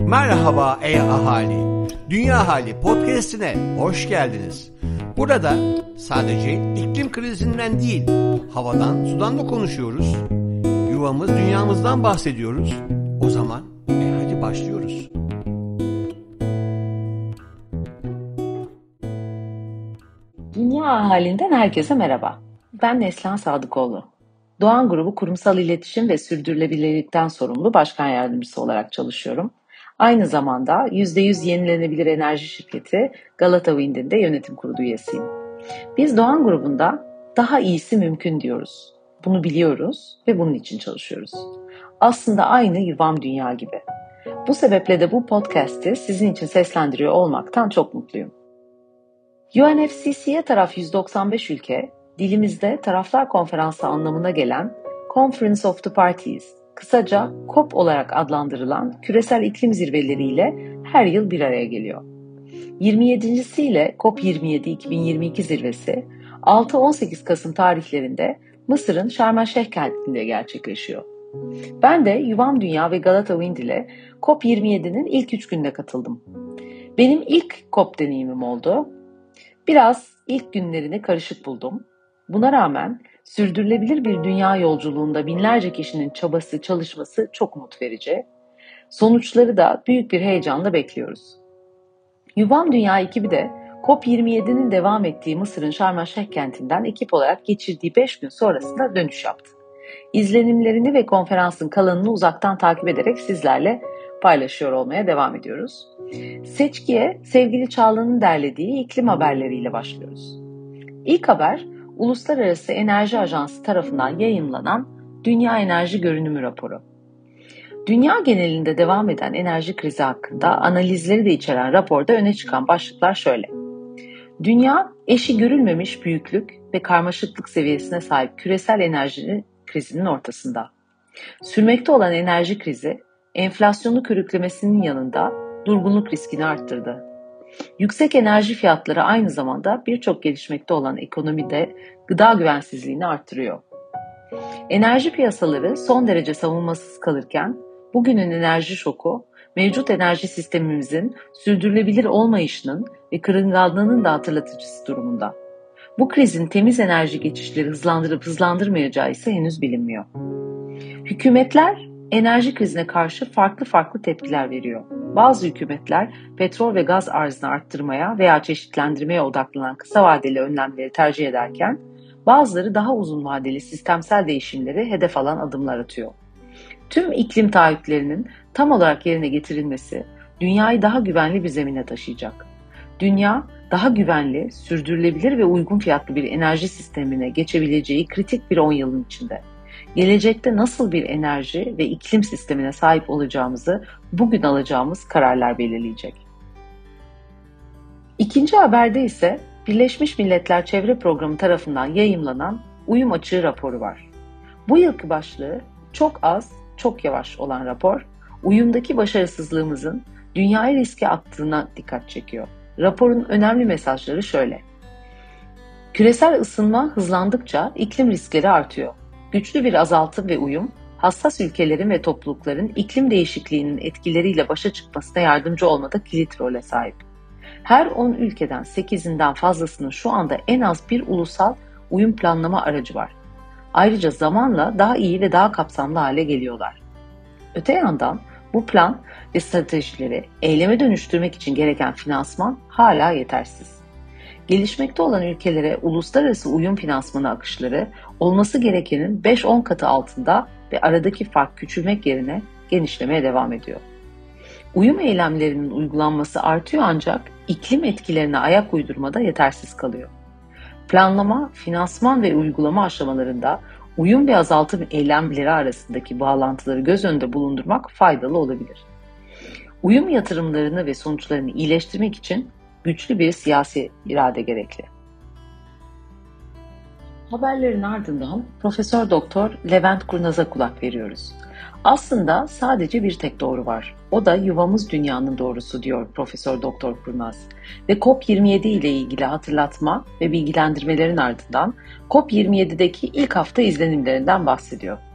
Merhaba ey ahali, Dünya Hali Podcast'ine hoş geldiniz. Burada sadece iklim krizinden değil, havadan, sudan da konuşuyoruz. Yuvamız, dünyamızdan bahsediyoruz. O zaman hadi başlıyoruz. Dünya Ahalinden herkese merhaba. Ben Neslihan Sadıkoğlu. Doğan Grubu Kurumsal İletişim ve Sürdürülebilirlikten sorumlu Başkan Yardımcısı olarak çalışıyorum. Aynı zamanda %100 yenilenebilir enerji şirketi Galata Wind'in de yönetim kurulu üyesiyim. Biz Doğan Grubu'nda daha iyisi mümkün diyoruz. Bunu biliyoruz ve bunun için çalışıyoruz. Aslında aynı Yuvam Dünya gibi. Bu sebeple de bu podcast'i sizin için seslendiriyor olmaktan çok mutluyum. UNFCC'ye taraf 195 ülke, dilimizde Taraflar Konferansı anlamına gelen Conference of the Parties, kısaca COP olarak adlandırılan küresel iklim zirveleriyle her yıl bir araya geliyor. 27.siyle COP27 2022 zirvesi 6-18 Kasım tarihlerinde Mısır'ın Şarm El Şeyh kentinde gerçekleşiyor. Ben de Yuvam Dünya ve Galata Wind ile COP27'nin ilk 3 gününe katıldım. Benim ilk COP deneyimim oldu. Biraz ilk günlerini karışık buldum. Buna rağmen sürdürülebilir bir dünya yolculuğunda binlerce kişinin çabası, çalışması çok umut verici. Sonuçları da büyük bir heyecanla bekliyoruz. Yuvam Dünya ekibi de COP27'nin devam ettiği Mısır'ın Şarm El Şeyh kentinden ekip olarak geçirdiği 5 gün sonrasında dönüş yaptı. İzlenimlerini ve konferansın kalanını uzaktan takip ederek sizlerle paylaşıyor olmaya devam ediyoruz. Seçkiye sevgili Çağla'nın derlediği iklim haberleriyle başlıyoruz. İlk haber, Uluslararası Enerji Ajansı tarafından yayımlanan Dünya Enerji Görünümü raporu. Dünya genelinde devam eden enerji krizi hakkında analizleri de içeren raporda öne çıkan başlıklar şöyle. Dünya, eşi görülmemiş büyüklük ve karmaşıklık seviyesine sahip küresel enerji krizinin ortasında. Sürmekte olan enerji krizi, enflasyonu körüklemesinin yanında durgunluk riskini arttırdı. Yüksek enerji fiyatları aynı zamanda birçok gelişmekte olan ekonomide gıda güvensizliğini arttırıyor. Enerji piyasaları son derece savunmasız kalırken bugünün enerji şoku mevcut enerji sistemimizin sürdürülebilir olmayışının ve kırılganlığının da hatırlatıcısı durumunda. Bu krizin temiz enerji geçişleri hızlandırıp hızlandırmayacağı ise henüz bilinmiyor. Hükümetler enerji krizine karşı farklı tepkiler veriyor. Bazı hükümetler petrol ve gaz arzını arttırmaya veya çeşitlendirmeye odaklanan kısa vadeli önlemleri tercih ederken bazıları daha uzun vadeli sistemsel değişimleri hedef alan adımlar atıyor. Tüm iklim taahhütlerinin tam olarak yerine getirilmesi dünyayı daha güvenli bir zemine taşıyacak. Dünya daha güvenli, sürdürülebilir ve uygun fiyatlı bir enerji sistemine geçebileceği kritik bir 10 yılın içinde. Gelecekte nasıl bir enerji ve iklim sistemine sahip olacağımızı bugün alacağımız kararlar belirleyecek. İkinci haberde ise Birleşmiş Milletler Çevre Programı tarafından yayımlanan Uyum Açığı raporu var. Bu yılki başlığı çok az, çok yavaş olan rapor, uyumdaki başarısızlığımızın dünyayı riske attığına dikkat çekiyor. Raporun önemli mesajları şöyle. Küresel ısınma hızlandıkça iklim riskleri artıyor. Güçlü bir azaltım ve uyum, hassas ülkelerin ve toplulukların iklim değişikliğinin etkileriyle başa çıkmasına yardımcı olmada kilit role sahip. Her 10 ülkeden 8'inden fazlasının şu anda en az bir ulusal uyum planlama aracı var. Ayrıca zamanla daha iyi ve daha kapsamlı hale geliyorlar. Öte yandan bu plan ve stratejileri eyleme dönüştürmek için gereken finansman hala yetersiz. Gelişmekte olan ülkelere uluslararası uyum finansmanı akışları olması gerekenin 5-10 katı altında ve aradaki fark küçülmek yerine genişlemeye devam ediyor. Uyum eylemlerinin uygulanması artıyor ancak iklim etkilerine ayak uydurmada yetersiz kalıyor. Planlama, finansman ve uygulama aşamalarında uyum ve azaltım eylemleri arasındaki bağlantıları göz önünde bulundurmak faydalı olabilir. Uyum yatırımlarını ve sonuçlarını iyileştirmek için güçlü bir siyasi irade gerekli. Haberlerin ardından Profesör Doktor Levent Kurnaz'a kulak veriyoruz. Aslında sadece bir tek doğru var. O da yuvamız dünyanın doğrusu diyor Profesör Doktor Kurnaz. Ve COP27 ile ilgili hatırlatma ve bilgilendirmelerin ardından COP27'deki ilk hafta izlenimlerinden bahsediyor.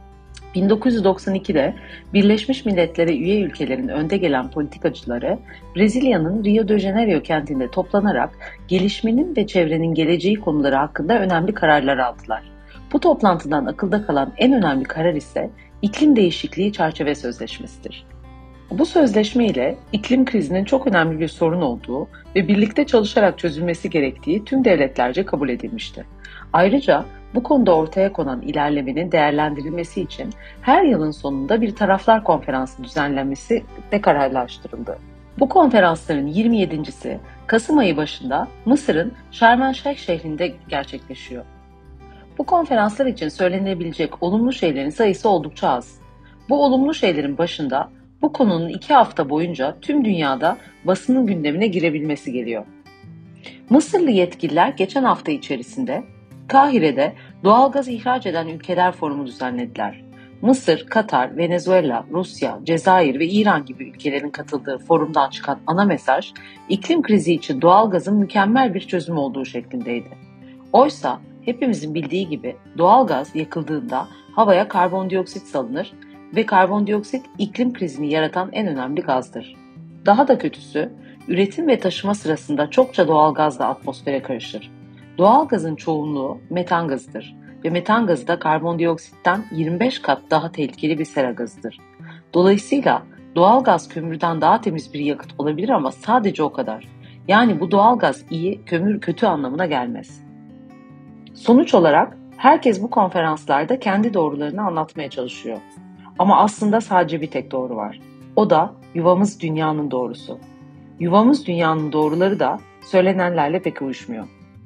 1992'de Birleşmiş Milletler'e üye ülkelerin önde gelen politikacıları Brezilya'nın Rio de Janeiro kentinde toplanarak gelişmenin ve çevrenin geleceği konuları hakkında önemli kararlar aldılar. Bu toplantıdan akılda kalan en önemli karar ise İklim Değişikliği Çerçeve Sözleşmesi'dir. Bu sözleşme ile iklim krizinin çok önemli bir sorun olduğu ve birlikte çalışarak çözülmesi gerektiği tüm devletlerce kabul edilmişti. Ayrıca bu konuda ortaya konan ilerlemenin değerlendirilmesi için her yılın sonunda bir taraflar konferansı düzenlenmesi de kararlaştırıldı. Bu konferansların 27.si Kasım ayı başında Mısır'ın Şarm El Şeyh şehrinde gerçekleşiyor. Bu konferanslar için söylenebilecek olumlu şeylerin sayısı oldukça az. Bu olumlu şeylerin başında bu konunun 2 hafta boyunca tüm dünyada basının gündemine girebilmesi geliyor. Mısırlı yetkililer geçen hafta içerisinde Kahire'de doğalgaz ihraç eden ülkeler forumu düzenlediler. Mısır, Katar, Venezuela, Rusya, Cezayir ve İran gibi ülkelerin katıldığı forumdan çıkan ana mesaj, iklim krizi için doğalgazın mükemmel bir çözüm olduğu şeklindeydi. Oysa hepimizin bildiği gibi doğalgaz yakıldığında havaya karbondioksit salınır ve karbondioksit iklim krizini yaratan en önemli gazdır. Daha da kötüsü, üretim ve taşıma sırasında çokça doğalgaz da atmosfere karışır. Doğalgazın çoğunluğu metan gazıdır ve metan gazı da karbondioksitten 25 kat daha tehlikeli bir sera gazıdır. Dolayısıyla doğalgaz kömürden daha temiz bir yakıt olabilir ama sadece o kadar. Yani bu doğalgaz iyi, kömür kötü anlamına gelmez. Sonuç olarak herkes bu konferanslarda kendi doğrularını anlatmaya çalışıyor. Ama aslında sadece bir tek doğru var. O da yuvamız dünyanın doğrusu. Yuvamız dünyanın doğruları da söylenenlerle pek uyuşmuyor.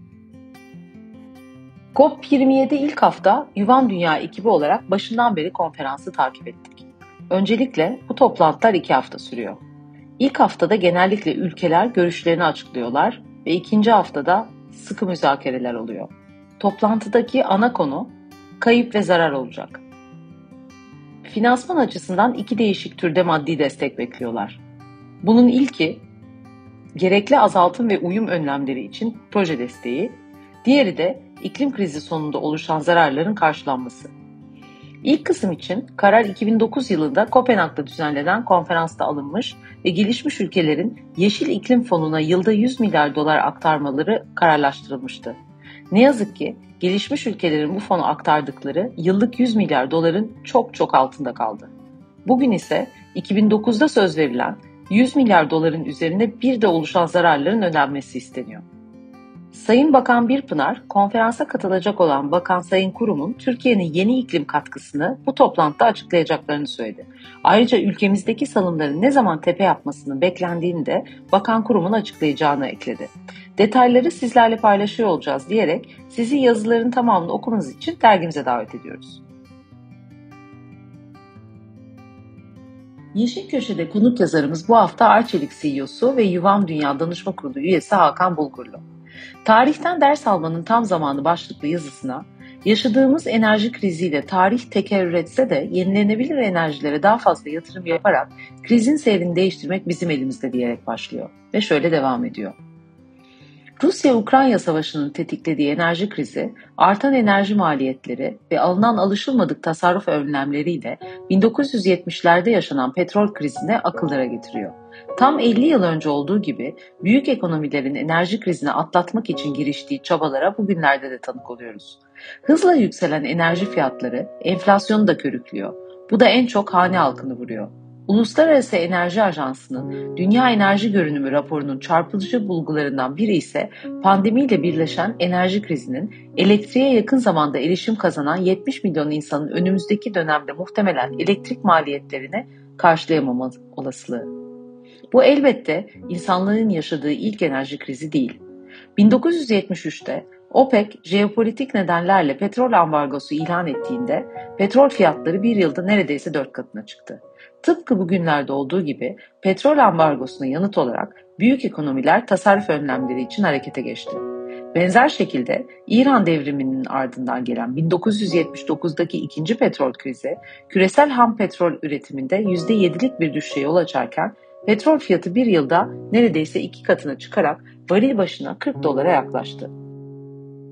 COP27 ilk hafta Yuvam Dünya ekibi olarak başından beri konferansı takip ettik. Öncelikle bu toplantılar 2 hafta sürüyor. İlk haftada genellikle ülkeler görüşlerini açıklıyorlar ve ikinci haftada sıkı müzakereler oluyor. Toplantıdaki ana konu kayıp ve zarar olacak. Finansman açısından 2 değişik türde maddi destek bekliyorlar. Bunun ilki gerekli azaltım ve uyum önlemleri için proje desteği, diğeri de iklim krizi sonunda oluşan zararların karşılanması. İlk kısım için karar 2009 yılında Kopenhag'da düzenlenen konferansta alınmış ve gelişmiş ülkelerin Yeşil İklim Fonu'na yılda 100 milyar dolar aktarmaları kararlaştırılmıştı. Ne yazık ki gelişmiş ülkelerin bu fonu aktardıkları yıllık 100 milyar doların çok altında kaldı. Bugün ise 2009'da söz verilen 100 milyar doların üzerine bir de oluşan zararların ödenmesi isteniyor. Sayın Bakan Birpınar, konferansa katılacak olan Bakan Sayın Kurum'un Türkiye'nin yeni iklim katkısını bu toplantıda açıklayacaklarını söyledi. Ayrıca ülkemizdeki salımların ne zaman tepe yapmasının beklendiğini de Bakan Kurum'un açıklayacağını ekledi. Detayları sizlerle paylaşıyor olacağız diyerek sizi yazıların tamamını okumanız için dergimize davet ediyoruz. Yeşil Köşe'de konuk yazarımız bu hafta Arçelik CEO'su ve Yuvam Dünya Danışma Kurulu üyesi Hakan Bulgurlu. Tarihten ders almanın tam zamanı başlıklı yazısına, yaşadığımız enerji kriziyle tarih tekerrür etse de yenilenebilir enerjilere daha fazla yatırım yaparak krizin seyrini değiştirmek bizim elimizde diyerek başlıyor ve şöyle devam ediyor. Rusya-Ukrayna savaşının tetiklediği enerji krizi, artan enerji maliyetleri ve alınan alışılmadık tasarruf önlemleriyle 1970'lerde yaşanan petrol krizine akıllara getiriyor. Tam 50 yıl önce olduğu gibi büyük ekonomilerin enerji krizini atlatmak için giriştiği çabalara bugünlerde de tanık oluyoruz. Hızla yükselen enerji fiyatları enflasyonu da körüklüyor. Bu da en çok hane halkını vuruyor. Uluslararası Enerji Ajansı'nın Dünya Enerji Görünümü raporunun çarpıcı bulgularından biri ise pandemiyle birleşen enerji krizinin elektriğe yakın zamanda erişim kazanan 70 milyon insanın önümüzdeki dönemde muhtemelen elektrik maliyetlerini karşılayamama olasılığı. Bu elbette insanlığın yaşadığı ilk enerji krizi değil. 1973'te OPEC jeopolitik nedenlerle petrol ambargosu ilan ettiğinde petrol fiyatları bir yılda neredeyse 4 katına çıktı. Tıpkı bugünlerde olduğu gibi petrol ambargosuna yanıt olarak büyük ekonomiler tasarruf önlemleri için harekete geçti. Benzer şekilde İran devriminin ardından gelen 1979'daki ikinci petrol krizi küresel ham petrol üretiminde %7'lik bir düşüşe yol açarken petrol fiyatı bir yılda neredeyse 2 katına çıkarak varil başına $40'a yaklaştı.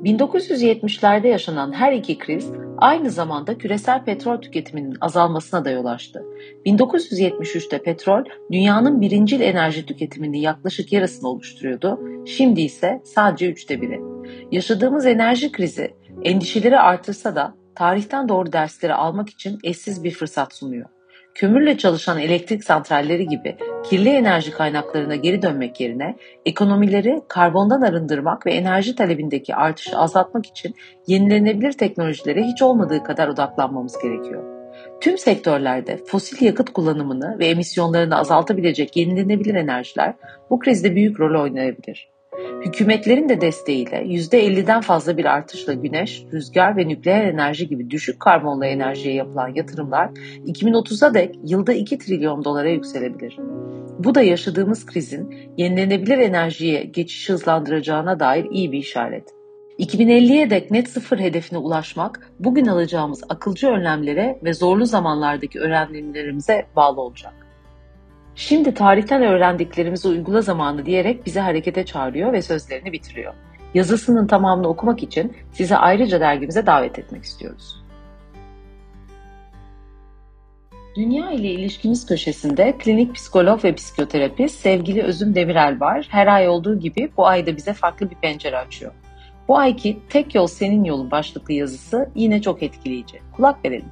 1970'lerde yaşanan her iki kriz aynı zamanda küresel petrol tüketiminin azalmasına da yol açtı. 1973'te petrol dünyanın birincil enerji tüketiminin yaklaşık yarısını oluşturuyordu. Şimdi ise sadece 1/3. Yaşadığımız enerji krizi endişeleri artırsa da tarihten doğru dersleri almak için eşsiz bir fırsat sunuyor. Kömürle çalışan elektrik santralleri gibi kirli enerji kaynaklarına geri dönmek yerine ekonomileri karbondan arındırmak ve enerji talebindeki artışı azaltmak için yenilenebilir teknolojilere hiç olmadığı kadar odaklanmamız gerekiyor. Tüm sektörlerde fosil yakıt kullanımını ve emisyonlarını azaltabilecek yenilenebilir enerjiler bu krizde büyük rol oynayabilir. Hükümetlerin de desteğiyle %50'den fazla bir artışla güneş, rüzgar ve nükleer enerji gibi düşük karbonlu enerjiye yapılan yatırımlar 2030'a dek yılda 2 trilyon dolara yükselebilir. Bu da yaşadığımız krizin yenilenebilir enerjiye geçişi hızlandıracağına dair iyi bir işaret. 2050'ye dek net sıfır hedefine ulaşmak bugün alacağımız akılcı önlemlere ve zorlu zamanlardaki önlemlerimize bağlı olacak. Şimdi tarihten öğrendiklerimizi uygula zamanı diyerek bizi harekete çağırıyor ve sözlerini bitiriyor. Yazısının tamamını okumak için sizi ayrıca dergimize davet etmek istiyoruz. Dünya ile ilişkimiz köşesinde klinik psikolog ve psikoterapist sevgili Özüm Demirel var. Her ay olduğu gibi bu ayda bize farklı bir pencere açıyor. Bu ayki Tek Yol Senin Yolun başlıklı yazısı yine çok etkileyici. Kulak verelim.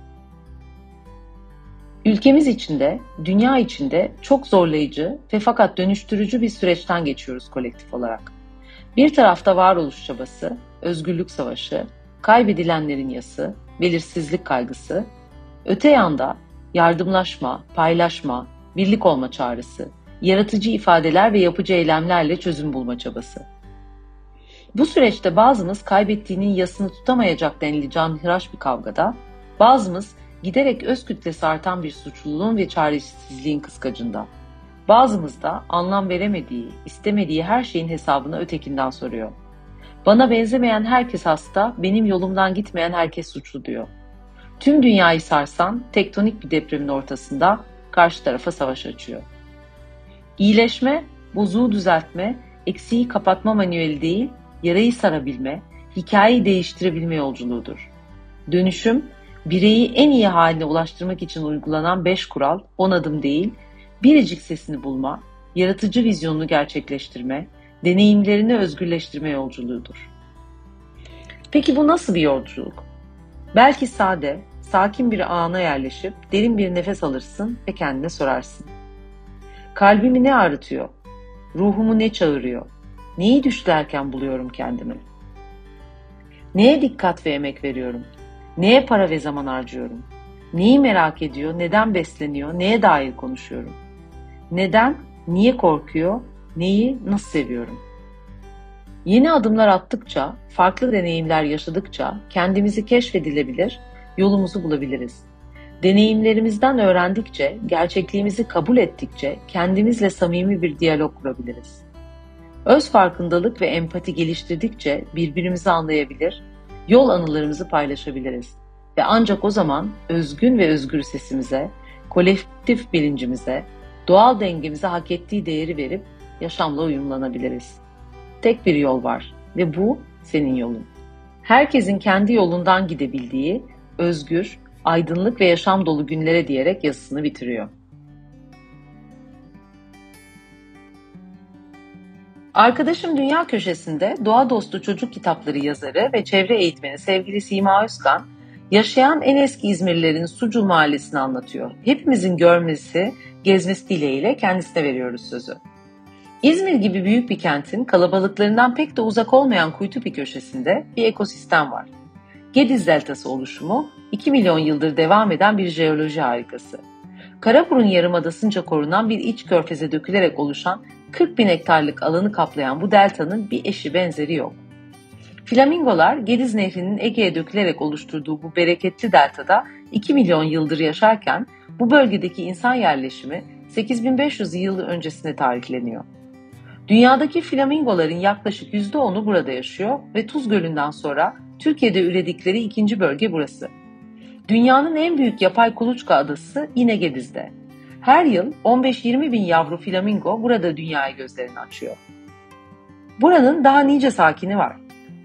Ülkemiz içinde, dünya içinde çok zorlayıcı ve fakat dönüştürücü bir süreçten geçiyoruz kolektif olarak. Bir tarafta varoluş çabası, özgürlük savaşı, kaybedilenlerin yası, belirsizlik kaygısı, öte yanda yardımlaşma, paylaşma, birlik olma çağrısı, yaratıcı ifadeler ve yapıcı eylemlerle çözüm bulma çabası. Bu süreçte bazımız kaybettiğinin yasını tutamayacak denli canhıraş bir kavgada, bazımız giderek öz kütlesi artan bir suçluluğun ve çaresizliğin kıskacında. Bazımız da anlam veremediği, istemediği her şeyin hesabını ötekinden soruyor. Bana benzemeyen herkes hasta, benim yolumdan gitmeyen herkes suçlu diyor. Tüm dünyayı sarsan tektonik bir depremin ortasında karşı tarafa savaş açıyor. İyileşme, bozuğu düzeltme, eksiği kapatma manueli değil, yarayı sarabilme, hikayeyi değiştirebilme yolculuğudur. Dönüşüm, bireyi en iyi haline ulaştırmak için uygulanan 5 kural, 10 adım değil, biricik sesini bulma, yaratıcı vizyonunu gerçekleştirme, deneyimlerini özgürleştirme yolculuğudur. Peki bu nasıl bir yolculuk? Belki sade, sakin bir ana yerleşip derin bir nefes alırsın ve kendine sorarsın. Kalbimi ne ağrıtıyor? Ruhumu ne çağırıyor? Neyi düşlerken buluyorum kendimi? Neye dikkat ve emek veriyorum? Neye para ve zaman harcıyorum? Neyi merak ediyor, neden besleniyor, neye dair konuşuyorum? Neden, niye korkuyor, neyi nasıl seviyorum? Yeni adımlar attıkça, farklı deneyimler yaşadıkça kendimizi keşfedilebilir, yolumuzu bulabiliriz. Deneyimlerimizden öğrendikçe, gerçekliğimizi kabul ettikçe kendimizle samimi bir diyalog kurabiliriz. Öz farkındalık ve empati geliştirdikçe birbirimizi anlayabilir, yol anılarımızı paylaşabiliriz. Ve ancak o zaman özgün ve özgür sesimize, kolektif bilincimize, doğal dengemize hak ettiği değeri verip yaşamla uyumlanabiliriz. Tek bir yol var ve bu senin yolun. Herkesin kendi yolundan gidebildiği özgür, aydınlık ve yaşam dolu günlere diyerek yazısını bitiriyor. Arkadaşım Dünya Köşesi'nde Doğa Dostu Çocuk Kitapları yazarı ve çevre eğitmeni sevgili Sima Özkan, yaşayan en eski İzmirlilerin Sucul Mahallesi'ni anlatıyor. Hepimizin görmesi, gezmesi dileğiyle kendisine veriyoruz sözü. İzmir gibi büyük bir kentin kalabalıklarından pek de uzak olmayan kuytu bir köşesinde bir ekosistem var. Gediz Deltası oluşumu 2 milyon yıldır devam eden bir jeoloji harikası. Karaburun Yarımadası'nca korunan bir iç körfeze dökülerek oluşan 40 bin hektarlık alanı kaplayan bu deltanın bir eşi benzeri yok. Flamingolar Gediz Nehri'nin Ege'ye dökülerek oluşturduğu bu bereketli deltada 2 milyon yıldır yaşarken bu bölgedeki insan yerleşimi 8500 yıl öncesine tarihleniyor. Dünyadaki flamingoların yaklaşık %10'u burada yaşıyor ve Tuz Gölü'nden sonra Türkiye'de üredikleri ikinci bölge burası. Dünyanın en büyük yapay kuluçka adası yine Gediz'de. Her yıl 15-20 bin yavru flamingo burada dünyaya gözlerini açıyor. Buranın daha nice sakini var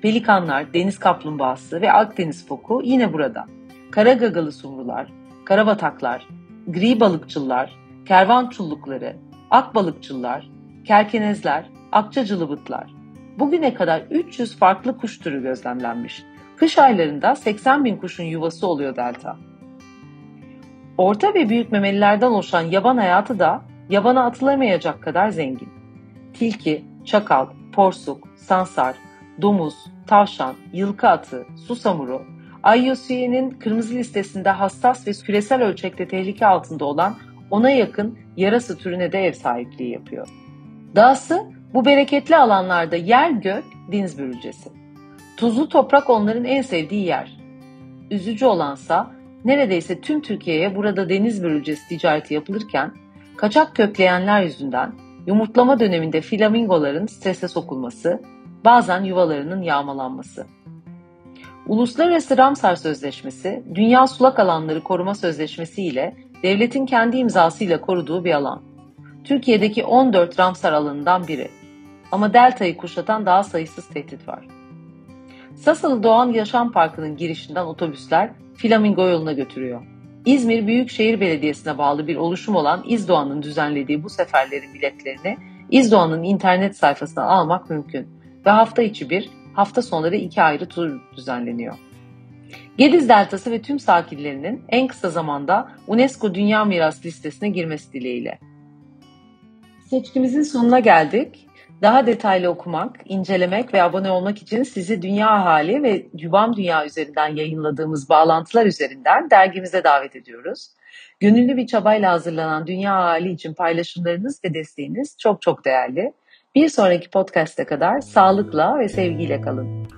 Pelikanlar, deniz kaplumbağası ve Akdeniz foku yine burada. Kara gagalı sumrular, karabataklar, gri balıkçılar, kervan çullukları, ak balıkçılar, kerkenezler, akça cılıbıtlar. Bugüne kadar 300 farklı kuş türü gözlemlenmiş. Kış aylarında 80 bin kuşun yuvası oluyor delta. Orta ve büyük memelilerden oluşan yaban hayatı da yabana atılamayacak kadar zengin. Tilki, çakal, porsuk, sansar, domuz, tavşan, yılkı atı, susamuru, IUCN'in kırmızı listesinde hassas ve küresel ölçekte tehlike altında olan 10'a yakın yarasa türüne de ev sahipliği yapıyor. Dahası bu bereketli alanlarda yer gök deniz börülcesi. Tuzlu toprak onların en sevdiği yer. Üzücü olansa neredeyse tüm Türkiye'ye burada deniz börülcesi ticareti yapılırken kaçak kökleyenler yüzünden yumurtlama döneminde flamingoların strese sokulması, bazen yuvalarının yağmalanması. Uluslararası Ramsar Sözleşmesi, Dünya Sulak Alanları Koruma Sözleşmesi ile devletin kendi imzasıyla koruduğu bir alan. Türkiye'deki 14 Ramsar alanından biri. Ama deltayı kuşatan daha sayısız tehdit var. Sasalı Doğan Yaşam Parkı'nın girişinden otobüsler Flamingo yoluna götürüyor. İzmir Büyükşehir Belediyesi'ne bağlı bir oluşum olan İzdoğan'ın düzenlediği bu seferlerin biletlerini İzdoğan'ın internet sayfasından almak mümkün ve hafta içi bir, hafta sonları 2 ayrı tur düzenleniyor. Gediz Deltası ve tüm sahillerinin en kısa zamanda UNESCO Dünya Mirası listesine girmesi dileğiyle. Seçkimizin sonuna geldik. Daha detaylı okumak, incelemek ve abone olmak için sizi Dünya Ahali ve Yuvam Dünya üzerinden yayınladığımız bağlantılar üzerinden dergimize davet ediyoruz. Gönüllü bir çabayla hazırlanan Dünya Ahali için paylaşımlarınız ve desteğiniz çok çok değerli. Bir sonraki podcast'e kadar sağlıkla ve sevgiyle kalın.